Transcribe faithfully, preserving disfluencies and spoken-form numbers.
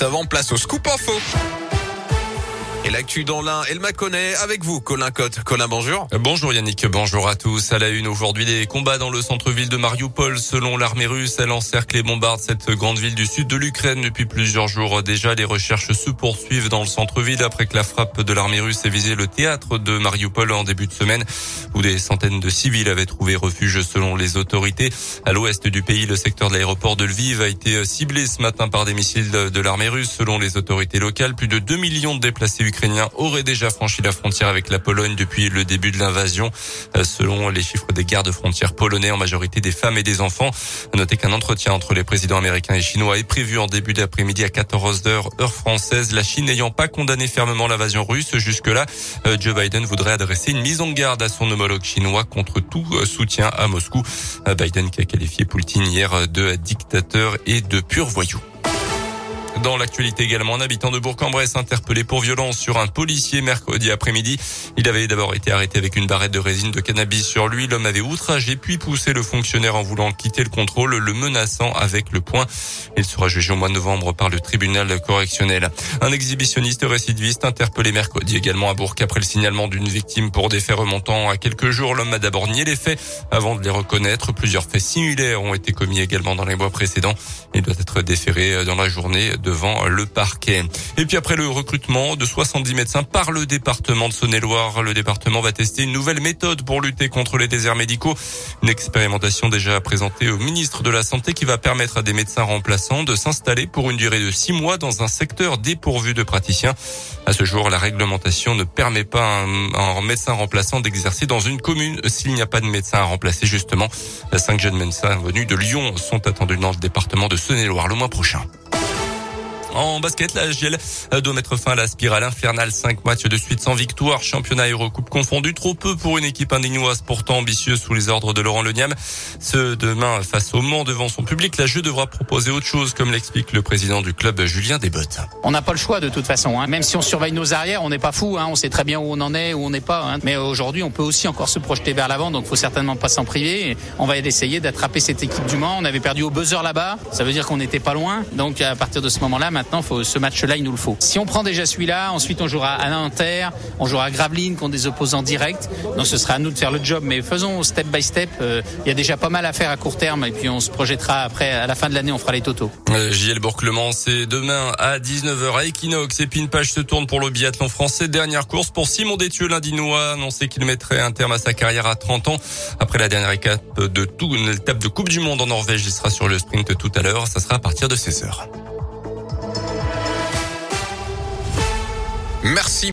Juste avant, place au Scoop Info. Et l'actu dans l'Ain, elle m'a connaît avec vous, Colin Cotte. Colin, bonjour. Bonjour Yannick, bonjour à tous. À la une aujourd'hui, des combats dans le centre-ville de Mariupol. Selon l'armée russe, elle encercle et bombarde cette grande ville du sud de l'Ukraine depuis plusieurs jours. Déjà, les recherches se poursuivent dans le centre-ville après que la frappe de l'armée russe ait visé le théâtre de Mariupol en début de semaine, où des centaines de civils avaient trouvé refuge selon les autorités. À l'ouest du pays, le secteur de l'aéroport de Lviv a été ciblé ce matin par des missiles de l'armée russe. Selon les autorités locales, plus de deux millions de déplacés ukrainiens auraient déjà franchi la frontière avec la Pologne depuis le début de l'invasion. Selon les chiffres des gardes frontières polonais, en majorité des femmes et des enfants. Notez qu'un entretien entre les présidents américains et chinois est prévu en début d'après-midi à quatorze heures heure française. La Chine n'ayant pas condamné fermement l'invasion russe jusque-là, Joe Biden voudrait adresser une mise en garde à son homologue chinois contre tout soutien à Moscou. Biden qui a qualifié Poutine hier de dictateur et de pur voyou. Dans l'actualité également, un habitant de Bourg-en-Bresse interpellé pour violence sur un policier mercredi après-midi. Il avait d'abord été arrêté avec une barrette de résine de cannabis sur lui. L'homme avait outragé puis poussé le fonctionnaire en voulant quitter le contrôle, le menaçant avec le poing. Il sera jugé au mois de novembre par le tribunal correctionnel. Un exhibitionniste récidiviste interpellé mercredi également à Bourg après le signalement d'une victime pour des faits remontant à quelques jours. L'homme a d'abord nié les faits avant de les reconnaître. Plusieurs faits similaires ont été commis également dans les mois précédents. Il doit être déféré dans la journée devant le parquet. Et puis après le recrutement de soixante-dix médecins par le département de Saône-et-Loire, le département va tester une nouvelle méthode pour lutter contre les déserts médicaux. Une expérimentation déjà présentée au ministre de la Santé qui va permettre à des médecins remplaçants de s'installer pour une durée de six mois dans un secteur dépourvu de praticiens. À ce jour, la réglementation ne permet pas à un, un médecin remplaçant d'exercer dans une commune s'il n'y a pas de médecin à remplacer justement. Cinq jeunes médecins venus de Lyon sont attendus dans le département de Saône-et-Loire le mois prochain. En basket, la A G L doit mettre fin à la spirale infernale. Cinq matchs de suite sans victoire, championnat et Eurocoupe confondus. Trop peu pour une équipe indinoise pourtant ambitieuse sous les ordres de Laurent Leniam. Ce demain, face au Mans devant son public, la J E devra proposer autre chose, comme l'explique le président du club, Julien Desbottes. On n'a pas le choix de toute façon. Hein. Même si on surveille nos arrières, on n'est pas fou. Hein. On sait très bien où on en est, où on n'est pas. Hein. Mais aujourd'hui, on peut aussi encore se projeter vers l'avant, donc faut certainement pas s'en priver. Et on va essayer d'attraper cette équipe du Mans. On avait perdu au buzzer là-bas. Ça veut dire qu'on n'était pas loin. Donc à partir de ce moment-là, maintenant, faut, ce match-là, il nous le faut. Si on prend déjà celui-là, ensuite on jouera à Nanterre, on jouera à Gravelines contre des opposants directs. Donc ce sera à nous de faire le job, mais faisons step by step. Euh, il y a déjà pas mal à faire à court terme et puis on se projettera après, à la fin de l'année, on fera les totaux. Euh, J L Bourg-le-Mans, c'est demain à dix-neuf heures à Equinox. Et puis une page se tourne pour le biathlon français. Dernière course pour Simon Détieux, l'Indinois, annoncé qu'il mettrait un terme à sa carrière à trente ans. Après la dernière étape de tout, une étape de Coupe du Monde en Norvège, il sera sur le sprint tout à l'heure. Ça sera à partir de seize heures. Merci.